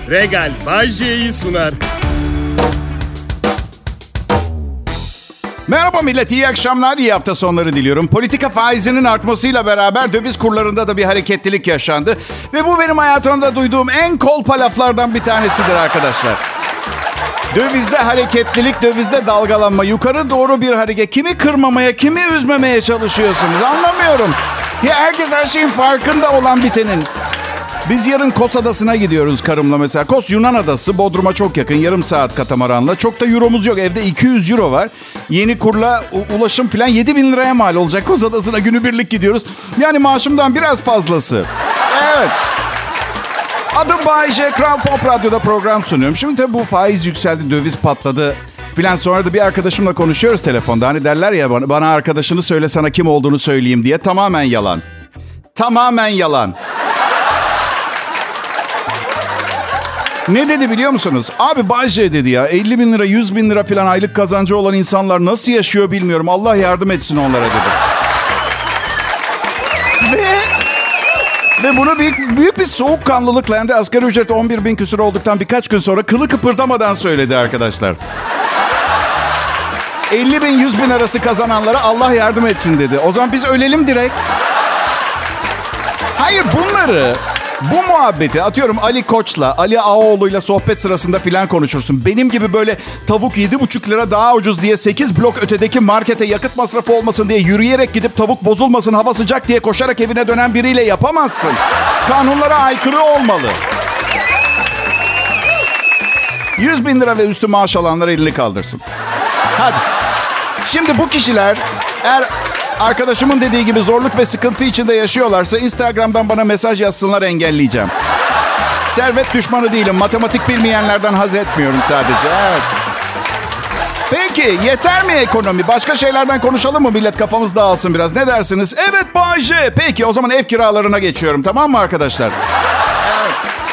Regal Bajje'yi sunar. Merhaba millet, iyi akşamlar, iyi hafta sonları diliyorum. Politika faizinin artmasıyla beraber döviz kurlarında da bir hareketlilik yaşandı. Ve bu benim hayatımda duyduğum en kolpa laflardan bir tanesidir arkadaşlar. Dövizde hareketlilik, dövizde dalgalanma, yukarı doğru bir hareket. Kimi kırmamaya, kimi üzmemeye çalışıyorsunuz anlamıyorum. Ya herkes her şeyin farkında olan bitenin. Biz yarın Kos Adası'na gidiyoruz karımla mesela. Kos Yunan adası, Bodrum'a çok yakın, yarım saat katamaranla. Çok da euromuz yok, evde 200 euro var. Yeni kurla ulaşım falan 7.000 liraya mal olacak. Kos Adası'na günübirlik gidiyoruz. Yani maaşımdan biraz fazlası. Evet. Adım Bay J. Kral Pop Radyo'da program sunuyorum. Şimdi tabii bu faiz yükseldi, döviz patladı filan. Sonra da bir arkadaşımla konuşuyoruz telefonda. Hani derler ya bana arkadaşını söyle, sana kim olduğunu söyleyeyim diye. Tamamen yalan. Tamamen yalan. Ne dedi biliyor musunuz? Abi Bay J dedi ya, 50 bin lira 100 bin lira falan aylık kazancı olan insanlar nasıl yaşıyor bilmiyorum. Allah yardım etsin onlara dedi. Ve bunu büyük bir soğukkanlılıkla, hem de asgari ücret 11 bin küsur olduktan birkaç gün sonra kılı kıpırdamadan söyledi arkadaşlar. 50 bin 100 bin arası kazananlara Allah yardım etsin dedi. O zaman biz ölelim direkt. Hayır, bu muhabbeti atıyorum Ali Koç'la, Ali Ağaoğlu'yla sohbet sırasında filan konuşursun. Benim gibi böyle tavuk 7,5 lira daha ucuz diye 8 blok ötedeki markete yakıt masrafı olmasın diye yürüyerek gidip tavuk bozulmasın, hava sıcak diye koşarak evine dönen biriyle yapamazsın. Kanunlara aykırı olmalı. 100 bin lira ve üstü maaş alanlar elini kaldırsın. Hadi. Şimdi bu kişiler eğer arkadaşımın dediği gibi zorluk ve sıkıntı içinde yaşıyorlarsa Instagram'dan bana mesaj yazsınlar, engelleyeceğim. Servet düşmanı değilim. Matematik bilmeyenlerden haz etmiyorum sadece. Evet. Peki yeter mi ekonomi? Başka şeylerden konuşalım mı millet, kafamız dağılsın biraz. Ne dersiniz? Evet Bay J. Peki o zaman ev kiralarına geçiyorum, tamam mı arkadaşlar? Evet.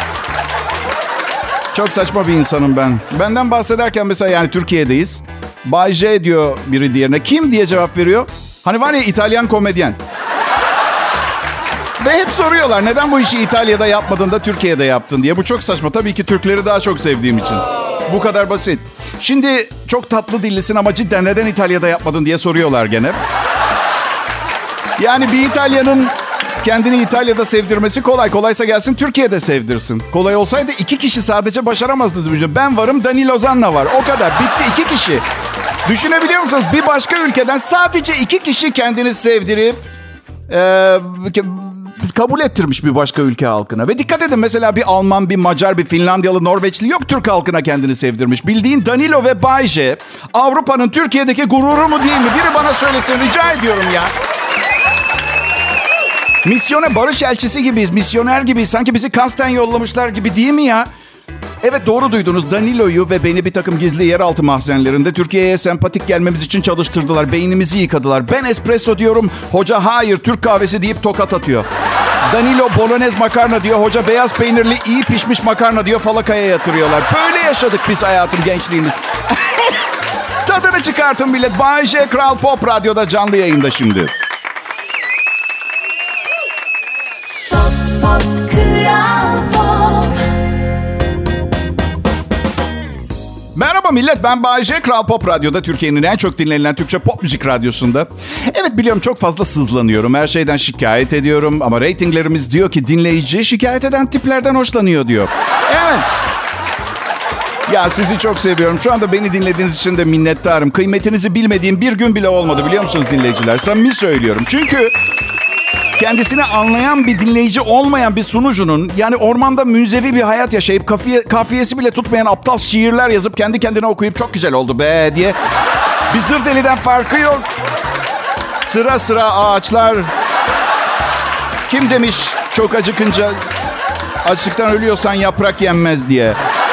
Çok saçma bir insanım ben. Benden bahsederken mesela, yani Türkiye'deyiz. Bay J diyor biri diğerine. Kim diye cevap veriyor. Hani var ya İtalyan komedyen. Ve hep soruyorlar neden bu işi İtalya'da yapmadın da Türkiye'de yaptın diye. Bu çok saçma. Tabii ki Türkleri daha çok sevdiğim için. Bu kadar basit. Şimdi çok tatlı dillisin ama cidden neden İtalya'da yapmadın diye soruyorlar gene. Yani bir İtalyanın kendini İtalya'da sevdirmesi kolay. Kolaysa gelsin Türkiye'de sevdirsin. Kolay olsaydı 2 kişi sadece başaramazdı. Ben varım, Danilo Zanna var. O kadar. Bitti, 2 kişi. Düşünebiliyor musunuz? Bir başka ülkeden sadece 2 kişi kendini sevdirip kabul ettirmiş bir başka ülke halkına. Ve dikkat edin, mesela bir Alman, bir Macar, bir Finlandiyalı, Norveçli yok Türk halkına kendini sevdirmiş. Bildiğin Danilo ve Bay J Avrupa'nın Türkiye'deki gururu mu değil mi? Biri bana söylesin, rica ediyorum ya. Misyona barış elçisi gibiyiz, misyoner gibiyiz. Sanki bizi kasten yollamışlar gibi değil mi ya? Evet, doğru duydunuz. Danilo'yu ve beni bir takım gizli yeraltı mahzenlerinde Türkiye'ye sempatik gelmemiz için çalıştırdılar. Beynimizi yıkadılar. Ben espresso diyorum, hoca hayır Türk kahvesi deyip tokat atıyor. Danilo bolognese makarna diyor, hoca beyaz peynirli iyi pişmiş makarna diyor, falakaya yatırıyorlar. Böyle yaşadık biz hayatım, gençliğimiz. Tadını çıkartın millet. Bay J Kral Pop Radyo'da canlı yayında şimdi. Merhaba millet, ben Bay J. Kral Pop Radyo'da, Türkiye'nin en çok dinlenilen Türkçe pop müzik radyosunda. Evet biliyorum, çok fazla sızlanıyorum, her şeyden şikayet ediyorum ama reytinglerimiz diyor ki dinleyici şikayet eden tiplerden hoşlanıyor diyor. Evet. Ya sizi çok seviyorum. Şu anda beni dinlediğiniz için de minnettarım. Kıymetinizi bilmediğim bir gün bile olmadı biliyor musunuz dinleyiciler? Samimi söylüyorum. Çünkü kendisini anlayan bir dinleyici olmayan bir sunucunun, yani ormanda münzevi bir hayat yaşayıp kafiyesi bile tutmayan aptal şiirler yazıp kendi kendine okuyup çok güzel oldu be diye bir zır deliden farkı yok. Sıra sıra ağaçlar. Kim demiş çok acıkınca açlıktan ölüyorsan yaprak yenmez diye.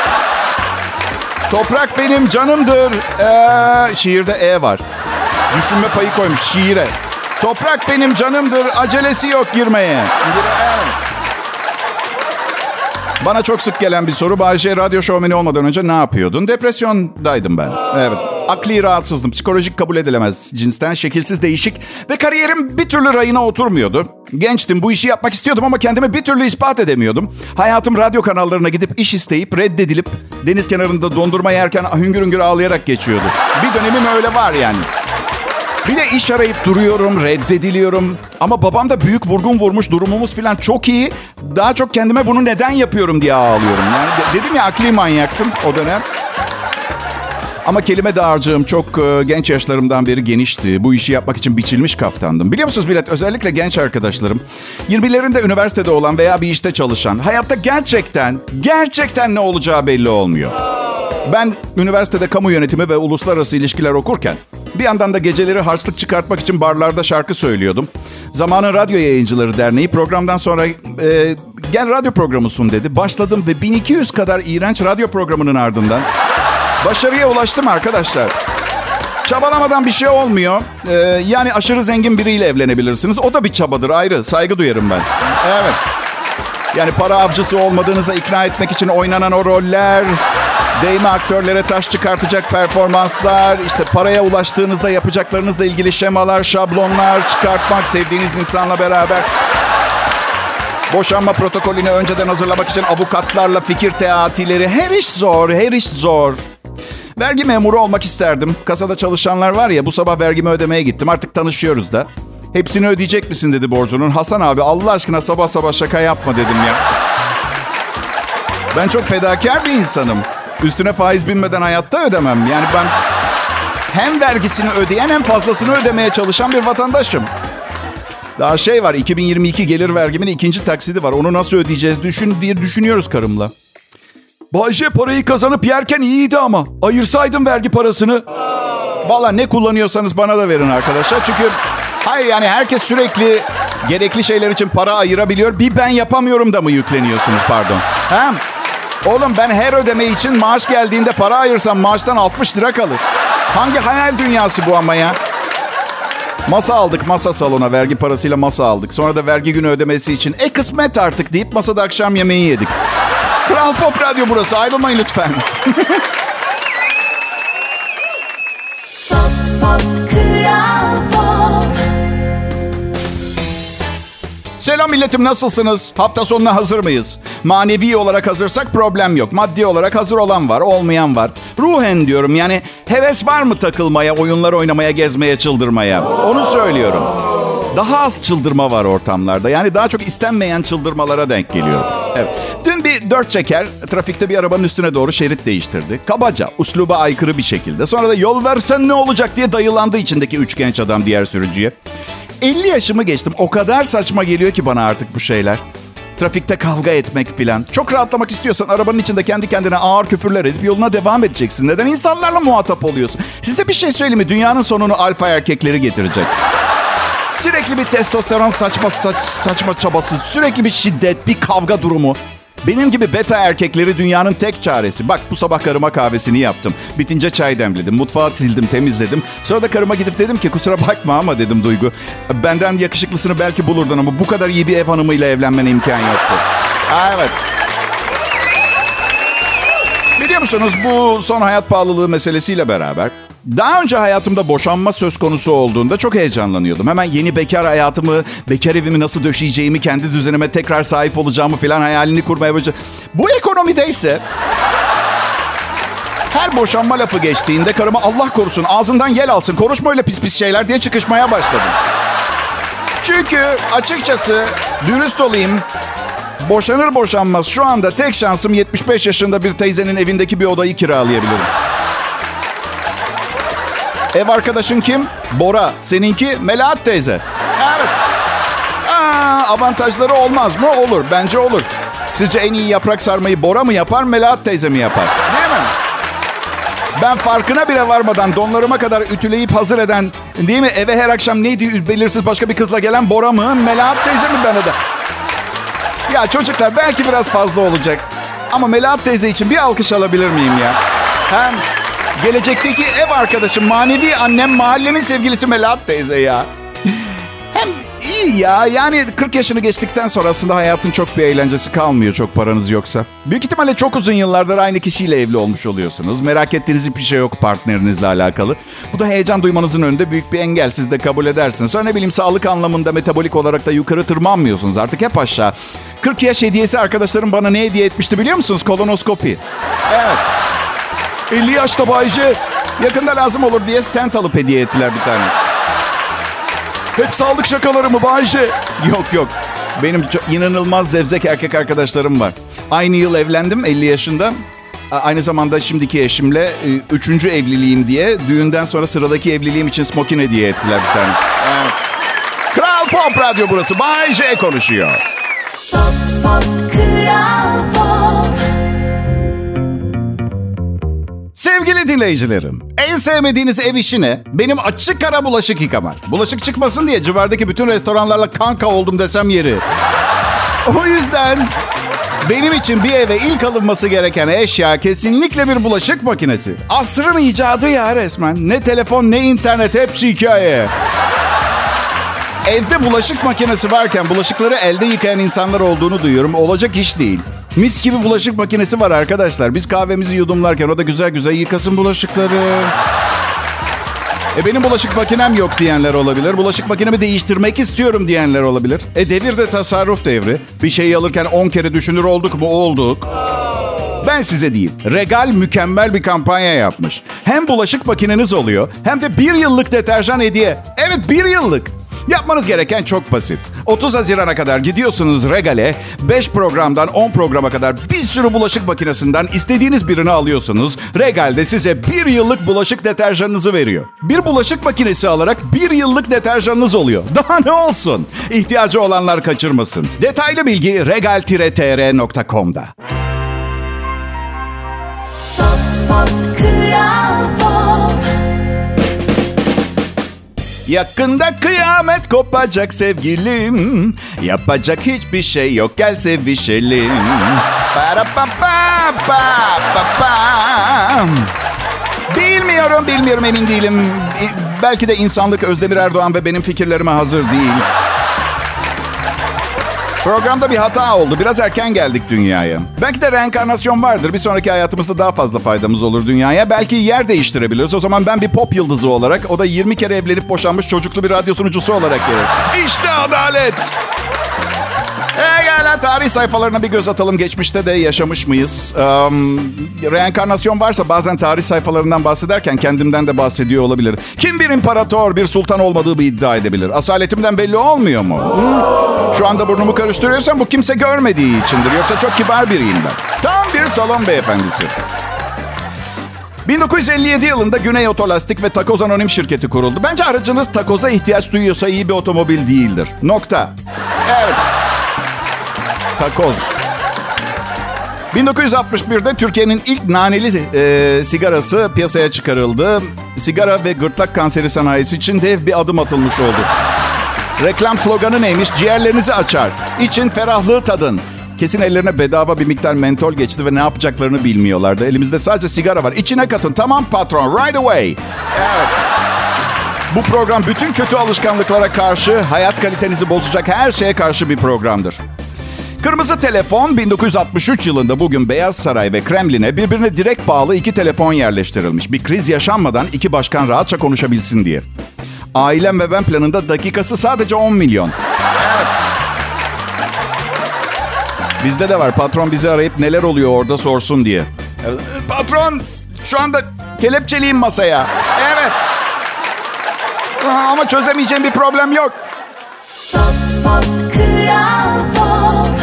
Toprak benim canımdır. Şiirde E var. Düşünme payı koymuş şiire. Toprak benim canımdır, acelesi yok girmeye. Bana çok sık gelen bir soru. Bay J radyo şovmeni olmadan önce ne yapıyordun? Depresyondaydım ben. Evet. Akli rahatsızdım. Psikolojik kabul edilemez cinsten. Şekilsiz, değişik. Ve kariyerim bir türlü rayına oturmuyordu. Gençtim, bu işi yapmak istiyordum ama kendime bir türlü ispat edemiyordum. Hayatım radyo kanallarına gidip iş isteyip reddedilip deniz kenarında dondurma yerken hüngür hüngür ağlayarak geçiyordu. Bir dönemim öyle var yani. Bir de iş arayıp duruyorum, reddediliyorum. Ama babam da büyük vurgun vurmuş, durumumuz falan çok iyi. Daha çok kendime bunu neden yapıyorum diye ağlıyorum. Yani dedim ya, akli manyaktım o dönem. Ama kelime dağarcığım çok genç yaşlarımdan beri genişti. Bu işi yapmak için biçilmiş kaftandım. Biliyor musunuz millet, özellikle genç arkadaşlarım, 20'lerinde üniversitede olan veya bir işte çalışan, hayatta gerçekten ne olacağı belli olmuyor. Ben üniversitede kamu yönetimi ve uluslararası ilişkiler okurken bir yandan da geceleri harçlık çıkartmak için barlarda şarkı söylüyordum. Zamanın Radyo Yayıncıları Derneği programdan sonra gel radyo programı sun dedi. Başladım ve 1200 kadar iğrenç radyo programının ardından başarıya ulaştım arkadaşlar. Çabalamadan bir şey olmuyor. Yani aşırı zengin biriyle evlenebilirsiniz. O da bir çabadır, ayrı. Saygı duyarım ben. Evet. Yani para avcısı olmadığınıza ikna etmek için oynanan o roller, değme aktörlere taş çıkartacak performanslar, işte paraya ulaştığınızda yapacaklarınızla ilgili şemalar, şablonlar çıkartmak, sevdiğiniz insanla beraber boşanma protokolünü önceden hazırlamak için avukatlarla fikir teatileri. Her iş zor. Vergi memuru olmak isterdim. Kasada çalışanlar var ya, bu sabah vergimi ödemeye gittim. Artık tanışıyoruz da. Hepsini ödeyecek misin dedi borcunun. Hasan abi, Allah aşkına sabah sabah şaka yapma dedim ya. Ben çok fedakar bir insanım. Üstüne faiz binmeden hayatta ödemem. Yani ben hem vergisini ödeyen hem fazlasını ödemeye çalışan bir vatandaşım. Daha var, 2022 gelir vergimin 2. taksidi var. Onu nasıl ödeyeceğiz diye düşünüyoruz karımla. Bayce, parayı kazanıp yerken iyiydi ama ayırsaydım vergi parasını. Valla ne kullanıyorsanız bana da verin arkadaşlar. Çünkü hayır, yani herkes sürekli gerekli şeyler için para ayırabiliyor. Bir ben yapamıyorum da mı yükleniyorsunuz, pardon? He? Oğlum, ben her ödeme için maaş geldiğinde para ayırsam maaştan 60 lira kalır. Hangi hayal dünyası bu ama ya? Masa aldık, masa salona vergi parasıyla masa aldık. Sonra da vergi günü ödemesi için kısmet artık deyip masada akşam yemeği yedik. Kral Pop Radyo burası, ayrılmayın lütfen. Pop, pop, Kral Pop. Selam milletim, nasılsınız? Hafta sonuna hazır mıyız? Manevi olarak hazırsak problem yok. Maddi olarak hazır olan var, olmayan var. Ruhen diyorum, yani heves var mı takılmaya, oyunlar oynamaya, gezmeye, çıldırmaya? Onu söylüyorum. Daha az çıldırma var ortamlarda. Yani daha çok istenmeyen çıldırmalara denk geliyorum. Evet. Dün bir 4 çeker trafikte bir arabanın üstüne doğru şerit değiştirdi. Kabaca, usluba aykırı bir şekilde. Sonra da yol versen ne olacak diye dayılandı içindeki 3 genç adam diğer sürücüye. 50 yaşımı geçtim. O kadar saçma geliyor ki bana artık bu şeyler. Trafikte kavga etmek filan. Çok rahatlamak istiyorsan arabanın içinde kendi kendine ağır küfürler edip yoluna devam edeceksin. Neden insanlarla muhatap oluyorsun? Size bir şey söyleyeyim mi? Dünyanın sonunu alfa erkekleri getirecek. Sürekli bir testosteron saçma çabası, sürekli bir şiddet, bir kavga durumu. Benim gibi beta erkekleri dünyanın tek çaresi. Bak, bu sabah karıma kahvesini yaptım. Bitince çay demledim, mutfağı sildim, temizledim. Sonra da karıma gidip dedim ki kusura bakma ama dedim Duygu, benden yakışıklısını belki bulurdun ama bu kadar iyi bir ev hanımıyla evlenmene imkan yoktu. Evet. Biliyor musunuz, bu son hayat pahalılığı meselesiyle beraber daha önce hayatımda boşanma söz konusu olduğunda çok heyecanlanıyordum. Hemen yeni bekar hayatımı, bekar evimi nasıl döşeyeceğimi, kendi düzenime tekrar sahip olacağımı falan hayalini kurmaya başladım. Bu ekonomide ise her boşanma lafı geçtiğinde karıma Allah korusun, ağzından yel alsın, konuşma öyle pis pis şeyler diye çıkışmaya başladım. Çünkü açıkçası dürüst olayım, boşanır boşanmaz şu anda tek şansım 75 yaşında bir teyzenin evindeki bir odayı kiralayabilirim. Ev arkadaşın kim? Bora. Seninki Melahat teyze. Evet. Avantajları olmaz mı? Olur. Bence olur. Sizce en iyi yaprak sarmayı Bora mı yapar, Melahat teyze mi yapar? Değil mi? Ben farkına bile varmadan donlarıma kadar ütüleyip hazır eden, değil mi? Eve her akşam neydi belirsiz başka bir kızla gelen Bora mı, Melahat teyze mi bana da? Ya çocuklar, belki biraz fazla olacak. Ama Melahat teyze için bir alkış alabilir miyim ya? Hem gelecekteki ev arkadaşım, manevi annem, mahallemin sevgilisi Melahat teyze ya. Hem iyi ya. Yani 40 yaşını geçtikten sonra aslında hayatın çok bir eğlencesi kalmıyor çok paranız yoksa. Büyük ihtimalle çok uzun yıllardır aynı kişiyle evli olmuş oluyorsunuz. Merak ettiğiniz bir şey yok partnerinizle alakalı. Bu da heyecan duymanızın önünde büyük bir engel. Siz de kabul edersiniz. Sonra ne bileyim sağlık anlamında metabolik olarak da yukarı tırmanmıyorsunuz. Artık hep aşağı. 40 yaş hediyesi arkadaşlarım bana ne hediye etmişti biliyor musunuz? Kolonoskopi. Evet. 50 yaşta Bayce. Yakında lazım olur diye stent alıp hediye ettiler bir tane. Hep sağlık şakaları mı Bayce? Yok. Benim inanılmaz zevzek erkek arkadaşlarım var. Aynı yıl evlendim 50 yaşında. Aynı zamanda şimdiki eşimle 3. evliliğim diye düğünden sonra sıradaki evliliğim için smokin hediye ettiler bir tane. Evet. Kral Pop Radyo burası. Bay J konuşuyor. Pop, pop, Kral Pop. Sevgili dinleyicilerim, en sevmediğiniz ev işi ne? Benim açık ara bulaşık yıkamak. Bulaşık çıkmasın diye civardaki bütün restoranlarla kanka oldum desem yeri. O yüzden benim için bir eve ilk alınması gereken eşya kesinlikle bir bulaşık makinesi. Asrın icadı ya resmen. Ne telefon ne internet hepsi hikaye. Evde bulaşık makinesi varken bulaşıkları elde yıkayan insanlar olduğunu duyuyorum. Olacak iş değil. Mis gibi bulaşık makinesi var arkadaşlar. Biz kahvemizi yudumlarken o da güzel güzel yıkasın bulaşıkları. Benim bulaşık makinem yok diyenler olabilir. Bulaşık makinemi değiştirmek istiyorum diyenler olabilir. Devir de tasarruf devri. Bir şeyi alırken 10 kere düşünür olduk mu? Olduk. Ben size diyeyim. Regal mükemmel bir kampanya yapmış. Hem bulaşık makineniz oluyor hem de 1 yıllık deterjan hediye. Evet 1 yıllık. Yapmanız gereken çok basit. 30 Haziran'a kadar gidiyorsunuz Regal'e. 5 programdan 10 programa kadar bir sürü bulaşık makinesinden istediğiniz birini alıyorsunuz. Regal de size 1 yıllık bulaşık deterjanınızı veriyor. Bir bulaşık makinesi alarak 1 yıllık deterjanınız oluyor. Daha ne olsun? İhtiyacı olanlar kaçırmasın. Detaylı bilgi regal-tr.com'da. Pop, pop, Kral Pop. Yakında kıyamet kopacak sevgilim. Yapacak hiçbir şey yok gel sevişelim. Bilmiyorum emin değilim. Belki de insanlık Özdemir Erdoğan ve benim fikirlerime hazır değil. Programda bir hata oldu. Biraz erken geldik dünyaya. Belki de reenkarnasyon vardır. Bir sonraki hayatımızda daha fazla faydamız olur dünyaya. Belki yer değiştirebiliriz. O zaman ben bir pop yıldızı olarak, o da 20 kere evlenip boşanmış çocuklu bir radyo sunucusu olarak gelir. İşte adalet. Gel tarih sayfalarına bir göz atalım. Geçmişte de yaşamış mıyız? Reenkarnasyon varsa bazen tarih sayfalarından bahsederken kendimden de bahsediyor olabilir. Kim bir imparator, bir sultan olmadığımı iddia edebilir? Asaletimden belli olmuyor mu? Şu anda burnumu karıştırıyorsam bu kimse görmediği içindir. Yoksa çok kibar biriyim ben. Tam bir salon beyefendisi. 1957 yılında Güney Otolastik ve Takoz Anonim şirketi kuruldu. Bence aracınız takoza ihtiyaç duyuyorsa iyi bir otomobil değildir. Nokta. Evet. Takoz. 1961'de Türkiye'nin ilk naneli sigarası piyasaya çıkarıldı. Sigara ve gırtlak kanseri sanayisi için dev bir adım atılmış oldu. Reklam sloganı neymiş? Ciğerlerinizi açar. İçin ferahlığı tadın. Kesin ellerine bedava bir miktar mentol geçti ve ne yapacaklarını bilmiyorlardı. Elimizde sadece sigara var. İçine katın. Tamam patron. Right away. Evet. Bu program bütün kötü alışkanlıklara karşı, hayat kalitenizi bozacak her şeye karşı bir programdır. Kırmızı telefon 1963 yılında bugün Beyaz Saray ve Kremlin'e birbirine direkt bağlı 2 telefon yerleştirilmiş. Bir kriz yaşanmadan 2 başkan rahatça konuşabilsin diye. Ailem ve ben planında dakikası sadece 10 milyon. Evet. Bizde de var. Patron bizi arayıp neler oluyor orada sorsun diye. Patron şu anda kelepçeliyim masaya. Evet. Ama çözemeyeceğim bir problem yok. Pop, pop, Kral Pop.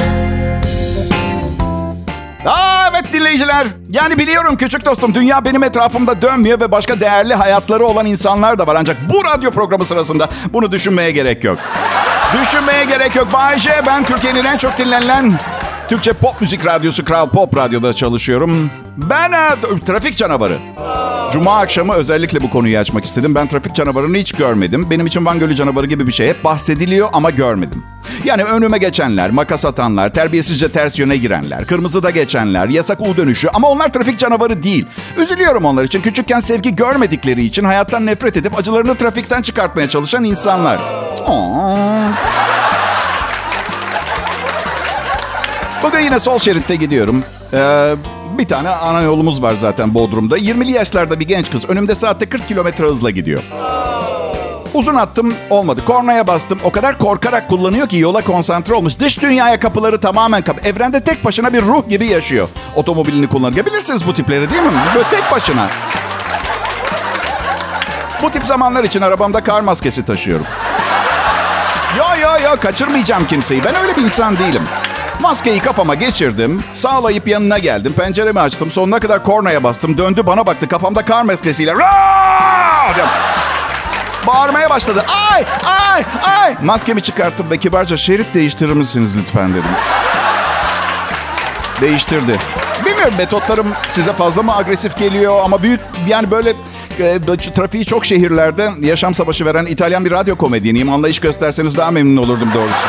Evet dinleyiciler. Yani biliyorum küçük dostum, dünya benim etrafımda dönmüyor ve başka değerli hayatları olan insanlar da var. Ancak bu radyo programı sırasında bunu düşünmeye gerek yok. Düşünmeye gerek yok. Bay J, ben Türkiye'nin en çok dinlenilen Türkçe pop müzik radyosu Kral Pop Radyo'da çalışıyorum. Ben trafik canavarı. Cuma akşamı özellikle bu konuyu açmak istedim. Ben trafik canavarını hiç görmedim. Benim için Van Gölü canavarı gibi bir şey. Hep bahsediliyor ama görmedim. Yani önüme geçenler, makas atanlar, terbiyesizce ters yöne girenler, kırmızıda geçenler, yasak U dönüşü. Ama onlar trafik canavarı değil. Üzülüyorum onlar için. Küçükken sevgi görmedikleri için hayattan nefret edip acılarını trafikten çıkartmaya çalışan insanlar. Bugün yine sol şeritte gidiyorum. Bir tane ana yolumuz var zaten Bodrum'da. 20'li yaşlarda bir genç kız önümde saatte 40 kilometre hızla gidiyor. Uzun attım, olmadı. Kornaya bastım. O kadar korkarak kullanıyor ki yola konsantre olmuş. Dış dünyaya kapıları tamamen kapalı. Evrende tek başına bir ruh gibi yaşıyor. Otomobilini kullanırken. Bilirsiniz bu tipleri değil mi? Böyle tek başına. Bu tip zamanlar için arabamda kar maskesi taşıyorum. Ya kaçırmayacağım kimseyi. Ben öyle bir insan değilim. Maskeyi kafama geçirdim. Sağlayıp yanına geldim. Penceremi açtım. Sonuna kadar kornaya bastım. Döndü bana baktı. Kafamda kar maskesiyle. Bağırmaya başladı. Ay! Maskemi çıkarttım ve kibarca şerit değiştirir misiniz lütfen dedim. Değiştirdi. Bilmiyorum metotlarım size fazla mı agresif geliyor ama büyük yani böyle trafiği çok şehirlerde yaşam savaşı veren İtalyan bir radyo komedyeniyim. Anlayış gösterseniz daha memnun olurdum doğrusu.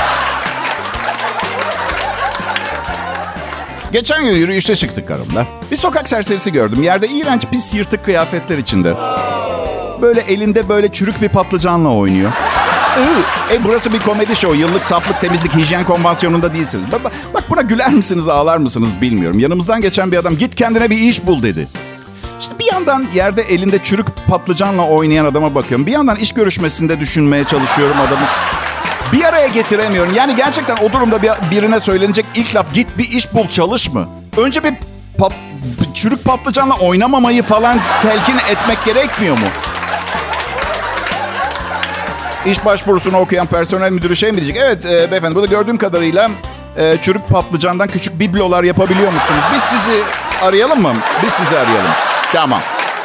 Geçen gün yürüyüşe çıktık karımla. Bir sokak serserisi gördüm. Yerde iğrenç pis yırtık kıyafetler içinde. Böyle elinde böyle çürük bir patlıcanla oynuyor. Burası bir komedi show. Yıllık saflık, temizlik, hijyen konvansiyonunda değilsiniz. Bak buna güler misiniz, ağlar mısınız bilmiyorum. Yanımızdan geçen bir adam git kendine bir iş bul dedi. İşte bir yandan yerde elinde çürük patlıcanla oynayan adama bakıyorum. Bir yandan iş görüşmesinde düşünmeye çalışıyorum adamı. Bir araya getiremiyorum. Yani gerçekten o durumda birine söylenecek ilk laf git bir iş bul çalış mı? Önce bir çürük patlıcanla oynamamayı falan telkin etmek gerekmiyor mu? İş başvurusunu okuyan personel müdürü şey mi diyecek? Evet beyefendi burada gördüğüm kadarıyla çürük patlıcandan küçük biblolar yapabiliyormuşsunuz. Biz sizi arayalım mı? Biz sizi arayalım. Tamam.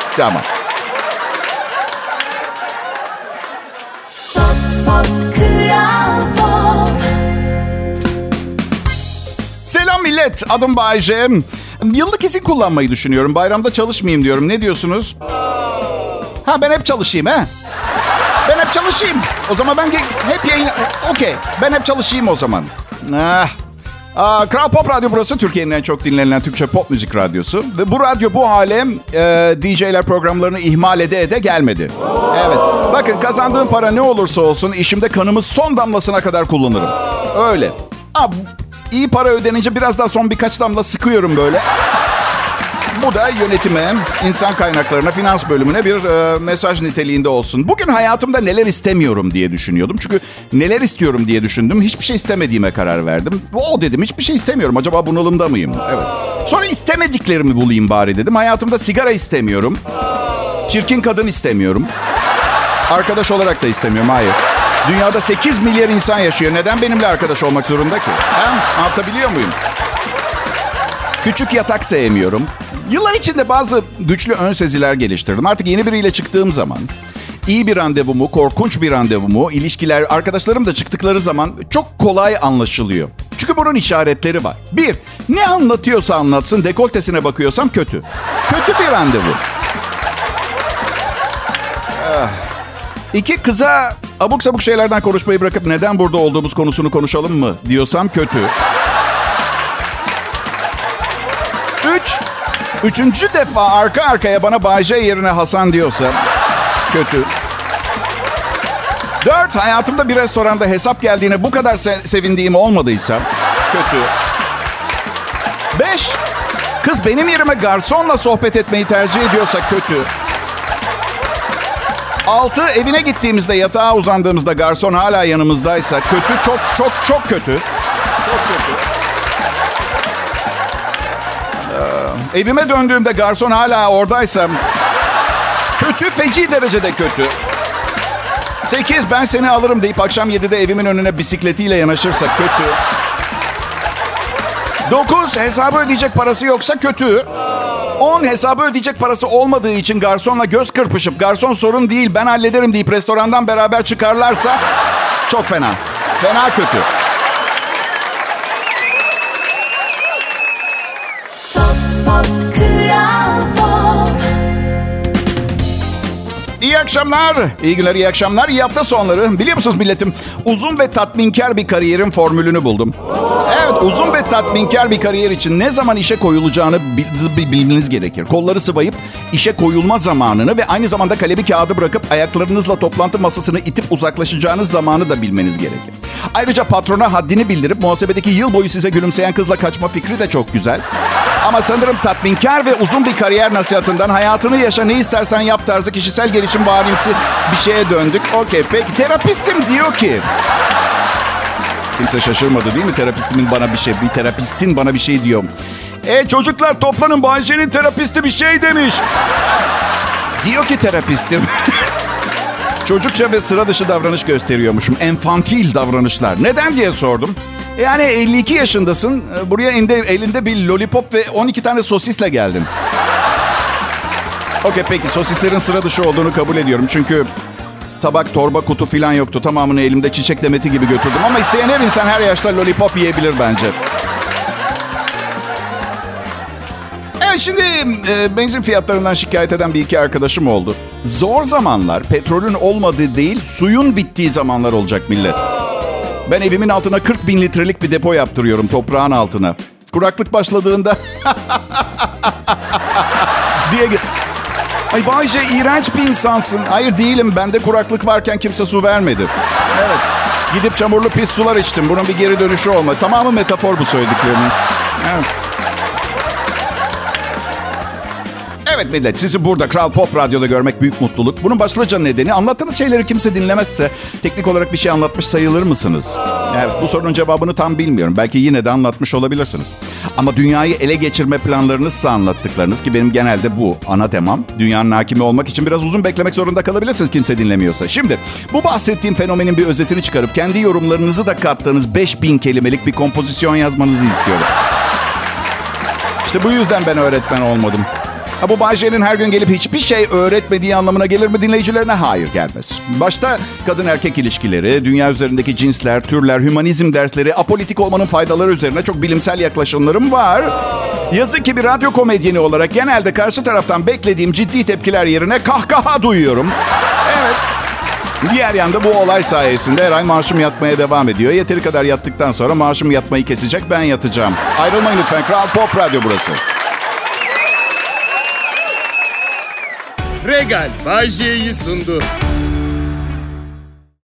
Selam millet. Adım Bayce. Yıllık izin kullanmayı düşünüyorum. Bayramda çalışmayayım diyorum. Ne diyorsunuz? Ben hep çalışayım he. Ben hep çalışayım. O zaman ben hep yayın... Okey. Ben hep çalışayım o zaman. Kral Pop Radyo burası. Türkiye'nin en çok dinlenilen Türkçe pop müzik radyosu. Ve bu radyo bu hale DJ'ler programlarını ihmal ede gelmedi. Evet. Bakın kazandığım para ne olursa olsun işimde kanımı son damlasına kadar kullanırım. Öyle. İyi para ödenince biraz daha son birkaç damla sıkıyorum böyle. Bu da yönetime, insan kaynaklarına, finans bölümüne bir mesaj niteliğinde olsun. Bugün hayatımda neler istemiyorum diye düşünüyordum. Çünkü neler istiyorum diye düşündüm. Hiçbir şey istemediğime karar verdim. Dedim hiçbir şey istemiyorum. Acaba bunalımda mıyım? Evet. Sonra istemediklerimi bulayım bari dedim. Hayatımda sigara istemiyorum. Çirkin kadın istemiyorum. Arkadaş olarak da istemiyorum. Hayır. Dünyada 8 milyar insan yaşıyor. Neden benimle arkadaş olmak zorunda ki? Anlatabiliyor muyum? Küçük yatak sevmiyorum. Yıllar içinde bazı güçlü ön seziler geliştirdim. Artık yeni biriyle çıktığım zaman iyi bir randevumu, korkunç bir randevumu, ilişkiler, arkadaşlarım da çıktıkları zaman çok kolay anlaşılıyor. Çünkü bunun işaretleri var. 1. Ne anlatıyorsa anlatsın, dekoltesine bakıyorsam kötü. Kötü bir randevu. 2. Kıza abuk sabuk şeylerden konuşmayı bırakıp neden burada olduğumuz konusunu konuşalım mı diyorsam kötü. 3. defa arka arkaya bana Bayce yerine Hasan diyorsa kötü. 4. Hayatımda bir restoranda hesap geldiğine bu kadar sevindiğim olmadıysa kötü. 5. Kız benim yerime garsonla sohbet etmeyi tercih ediyorsa kötü. 6. Evine gittiğimizde yatağa uzandığımızda garson hala yanımızdaysa kötü. Çok kötü. Çok kötü. Evime döndüğümde garson hala oradaysa kötü, feci derecede kötü. 8. Ben seni alırım deyip akşam 7'de evimin önüne bisikletiyle yanaşırsa kötü. 9. Hesabı ödeyecek parası yoksa kötü. 10. Hesabı ödeyecek parası olmadığı için garsonla göz kırpışıp garson sorun değil ben hallederim deyip restorandan beraber çıkarlarsa çok fena. Fena kötü. akşamlar. İyi günler, iyi akşamlar, iyi hafta sonları. Biliyor musunuz milletim? Uzun ve tatminkar bir kariyerin formülünü buldum. Evet, uzun ve tatminkar bir kariyer için ne zaman işe koyulacağını bilmeniz gerekir. Kolları sıvayıp işe koyulma zamanını ve aynı zamanda kalemi kağıdı bırakıp ayaklarınızla toplantı masasını itip uzaklaşacağınız zamanı da bilmeniz gerekir. Ayrıca patrona haddini bildirip muhasebedeki yıl boyu size gülümseyen kızla kaçma fikri de çok güzel. Ama sanırım tatminkar ve uzun bir kariyer nasihatından hayatını yaşa, ne istersen yap tarzı kişisel gelişim varimsi bir şeye döndük. Okey, peki terapistim diyor ki... Kimse şaşırmadı değil mi? Bir terapistin bana bir şey diyor. Çocuklar toplanın, Bayşe'nin terapisti bir şey demiş. Diyor ki terapistim... Çocukça ve sıra dışı davranış gösteriyormuşum. Enfantil davranışlar. Neden diye sordum. Yani 52 yaşındasın. Buraya elinde bir lollipop ve 12 tane sosisle geldin. Okey, peki sosislerin sıra dışı olduğunu kabul ediyorum. Çünkü tabak, torba, kutu falan yoktu. Tamamını elimde çiçek demeti gibi götürdüm. Ama isteyen her insan her yaşta lollipop yiyebilir bence. Şimdi benzin fiyatlarından şikayet eden bir iki arkadaşım oldu. Zor zamanlar petrolün olmadığı değil, suyun bittiği zamanlar olacak millet. Ben evimin altına 40 bin litrelik bir depo yaptırıyorum, toprağın altına. Kuraklık başladığında... diye... Ay Bayce, iğrenç bir insansın. Hayır değilim, bende kuraklık varken kimse su vermedi. Evet, gidip çamurlu pis sular içtim. Bunun bir geri dönüşü olmadı. Tamamı metafor bu söylediklerimin. Evet. Evet millet, sizi burada Kral Pop Radyo'da görmek büyük mutluluk. Bunun başlıca nedeni, anlattığınız şeyleri kimse dinlemezse teknik olarak bir şey anlatmış sayılır mısınız? Evet, bu sorunun cevabını tam bilmiyorum. Belki yine de anlatmış olabilirsiniz. Ama dünyayı ele geçirme planlarınızsa anlattıklarınız, ki benim genelde bu ana temam. Dünyanın hakimi olmak için biraz uzun beklemek zorunda kalabilirsiniz kimse dinlemiyorsa. Şimdi bu bahsettiğim fenomenin bir özetini çıkarıp kendi yorumlarınızı da kattığınız 5000 kelimelik bir kompozisyon yazmanızı istiyorum. İşte bu yüzden ben öğretmen olmadım. Bu Bayşe'nin her gün gelip hiçbir şey öğretmediği anlamına gelir mi dinleyicilerine? Hayır, gelmez. Başta kadın erkek ilişkileri, dünya üzerindeki cinsler, türler, hümanizm dersleri, apolitik olmanın faydaları üzerine çok bilimsel yaklaşımlarım var. Yazık ki bir radyo komedyeni olarak genelde karşı taraftan beklediğim ciddi tepkiler yerine kahkaha duyuyorum. Evet. Diğer yanda bu olay sayesinde her ay maaşım yatmaya devam ediyor. Yeteri kadar yattıktan sonra maaşım yatmayı kesecek, ben yatacağım. Ayrılmayın lütfen, Kral Pop Radyo burası. Regal Bay J'yi sundu.